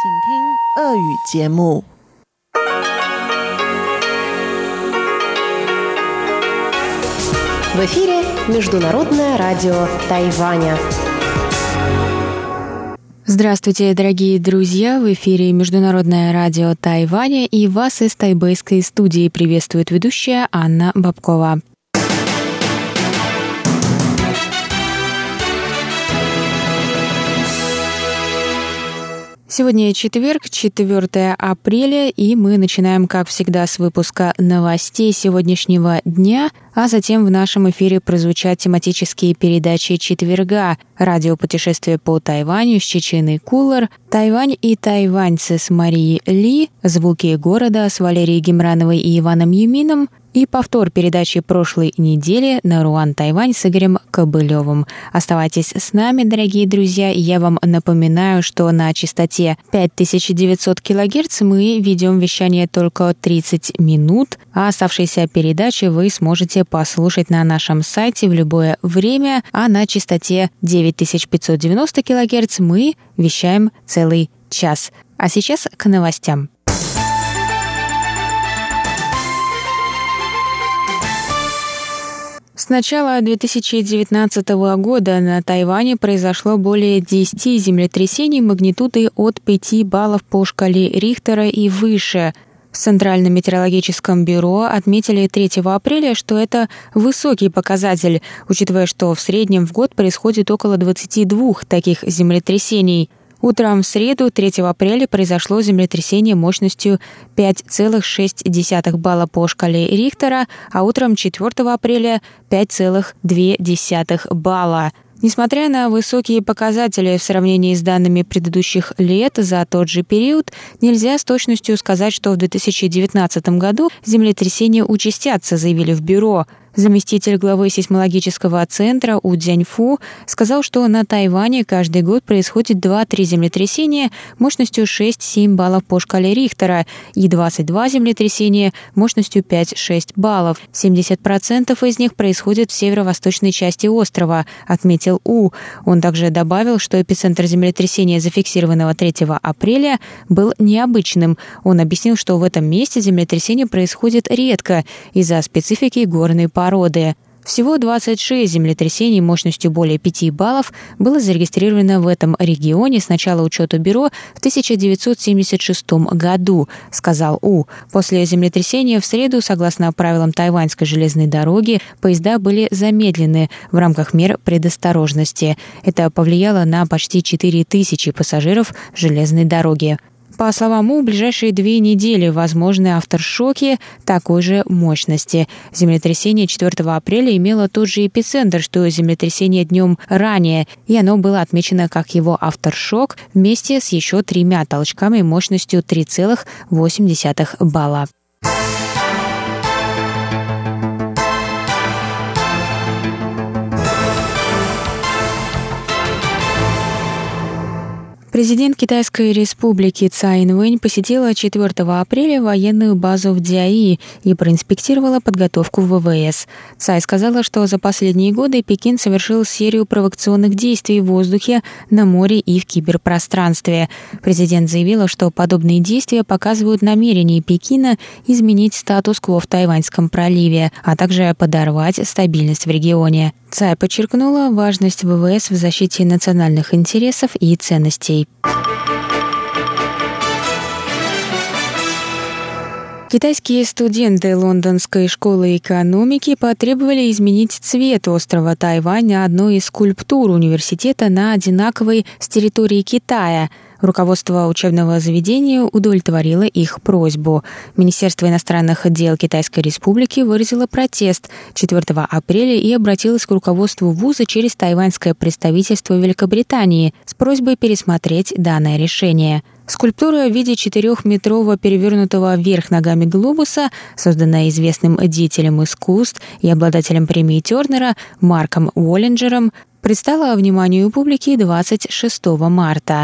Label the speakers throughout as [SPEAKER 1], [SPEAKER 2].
[SPEAKER 1] В эфире Международное радио Тайваня.
[SPEAKER 2] Здравствуйте, дорогие друзья! В эфире Международное радио Тайваня, и вас из тайбэйской студии приветствует ведущая Анна Бабкова. Сегодня четверг, 4 апреля, и мы начинаем, как всегда, с выпуска новостей сегодняшнего дня, а затем в нашем эфире прозвучат тематические передачи четверга: радиопутешествие по Тайваню с Чеченой Кулар, Тайвань и тайваньцы с Марией Ли, звуки города с Валерией Гемрановой и Иваном Юмином, и повтор передачи прошлой недели «Наруан Тайвань» с Игорем Кобылевым. Оставайтесь с нами, дорогие друзья, и я вам напоминаю, что на частоте 5900 кГц мы ведем вещание только 30 минут, а оставшиеся передачи вы сможете послушать на нашем сайте в любое время, а на частоте 9590 кГц мы вещаем целый час. А сейчас к новостям. С начала 2019 года на Тайване произошло более 10 землетрясений магнитудой от 5 баллов по шкале Рихтера и выше. В Центральном метеорологическом бюро отметили 3 апреля, что это высокий показатель, учитывая, что в среднем в год происходит около 22 таких землетрясений. Утром в среду, 3 апреля, произошло землетрясение мощностью 5,6 балла по шкале Рихтера, а утром 4 апреля 5,2 балла. Несмотря на высокие показатели в сравнении с данными предыдущих лет за тот же период, нельзя с точностью сказать, что в 2019 году землетрясения участятся, заявили в бюро. Заместитель главы сейсмологического центра У Цзяньфу сказал, что на Тайване каждый год происходит 2-3 землетрясения мощностью 6-7 баллов по шкале Рихтера и 22 землетрясения мощностью 5-6 баллов. 70% из них происходит в северо-восточной части острова, отметил У. Он также добавил, что эпицентр землетрясения, зафиксированного 3 апреля, был необычным. Он объяснил, что в этом месте землетрясение происходит редко из-за специфики горной породы. Всего 26 землетрясений мощностью более 5 баллов было зарегистрировано в этом регионе с начала учета бюро в 1976 году, сказал У. После землетрясения в среду, согласно правилам Тайваньской железной дороги, поезда были замедлены в рамках мер предосторожности. Это повлияло на почти 4000 пассажиров железной дороги. По словам У, в ближайшие 2 недели возможны авторшоки такой же мощности. Землетрясение 4 апреля имело тот же эпицентр, что и землетрясение днем ранее, и оно было отмечено как его авторшок вместе с еще 3 толчками мощностью 3,8 балла. Президент Китайской республики Цай Инвэнь посетила 4 апреля военную базу в Дзяи и проинспектировала подготовку ВВС. Цай сказала, что за последние годы Пекин совершил серию провокационных действий в воздухе, на море и в киберпространстве. Президент заявила, что подобные действия показывают намерение Пекина изменить статус-кво в Тайваньском проливе, а также подорвать стабильность в регионе. Цай подчеркнула важность ВВС в защите национальных интересов и ценностей. Китайские студенты Лондонской школы экономики потребовали изменить цвет острова Тайвань на одной из скульптур университета на одинаковой с территории Китая. Руководство учебного заведения удовлетворило их просьбу. Министерство иностранных дел Китайской Республики выразило протест 4 апреля и обратилось к руководству вуза через тайваньское представительство Великобритании с просьбой пересмотреть данное решение. Скульптура в виде 4-метрового перевернутого вверх ногами глобуса, созданная известным деятелем искусств и обладателем премии Тернера Марком Уоллинджером, предстала вниманию публики 26 марта.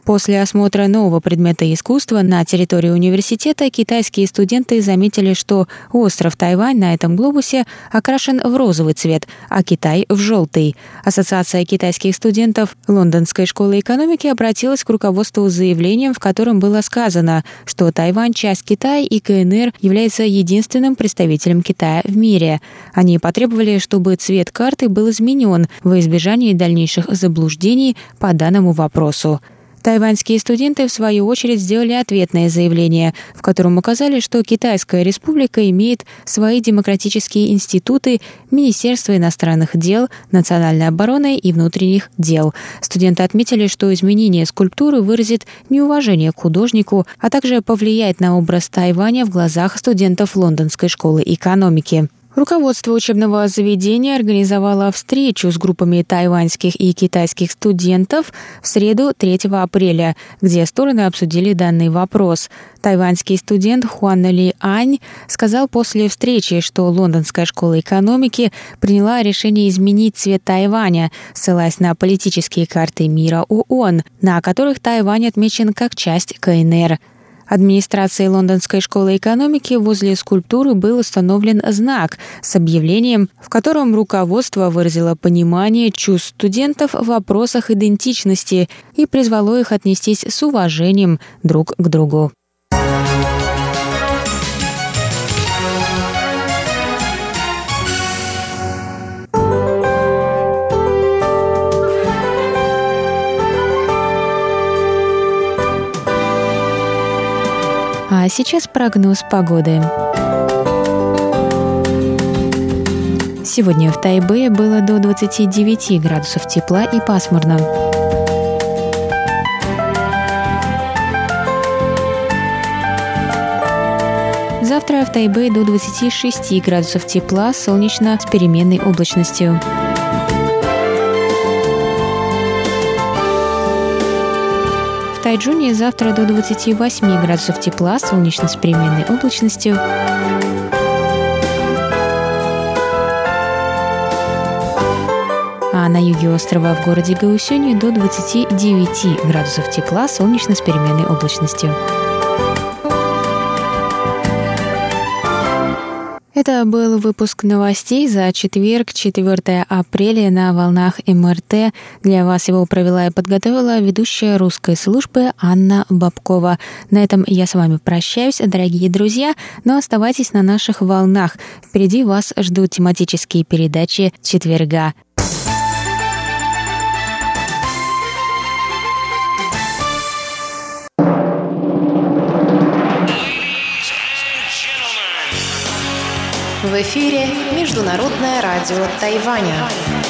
[SPEAKER 2] После осмотра нового предмета искусства на территории университета китайские студенты заметили, что остров Тайвань на этом глобусе окрашен в розовый цвет, а Китай – в желтый. Ассоциация китайских студентов Лондонской школы экономики обратилась к руководству с заявлением, в котором было сказано, что Тайвань – часть Китая и КНР является единственным представителем Китая в мире. Они потребовали, чтобы цвет карты был изменен во избежание дальнейших заблуждений по данному вопросу. Тайваньские студенты, в свою очередь, сделали ответное заявление, в котором указали, что Китайская республика имеет свои демократические институты, Министерство иностранных дел, национальной обороны и внутренних дел. Студенты отметили, что изменение скульптуры выразит неуважение к художнику, а также повлияет на образ Тайваня в глазах студентов Лондонской школы экономики. Руководство учебного заведения организовало встречу с группами тайваньских и китайских студентов в среду 3 апреля, где стороны обсудили данный вопрос. Тайваньский студент Хуан Ли Ань сказал после встречи, что Лондонская школа экономики приняла решение изменить цвет Тайваня, ссылаясь на политические карты мира ООН, на которых Тайвань отмечен как часть КНР. Администрацией Лондонской школы экономики возле скульптуры был установлен знак с объявлением, в котором руководство выразило понимание чувств студентов в вопросах идентичности и призвало их отнестись с уважением друг к другу. А сейчас прогноз погоды. Сегодня в Тайбэе было до 29 градусов тепла и пасмурно. Завтра в Тайбэе до 26 градусов тепла, солнечно с переменной облачностью. В Тайчжуне завтра до 28 градусов тепла, солнечно с переменной облачностью. А на юге острова в городе Гаосюне до 29 градусов тепла, солнечно с переменной облачностью. Это был выпуск новостей за четверг, 4 апреля на волнах МРТ. Для вас его провела и подготовила ведущая русской службы Анна Бабкова. На этом я с вами прощаюсь, дорогие друзья, но оставайтесь на наших волнах. Впереди вас ждут тематические передачи четверга.
[SPEAKER 1] В эфире Международное радио Тайваня.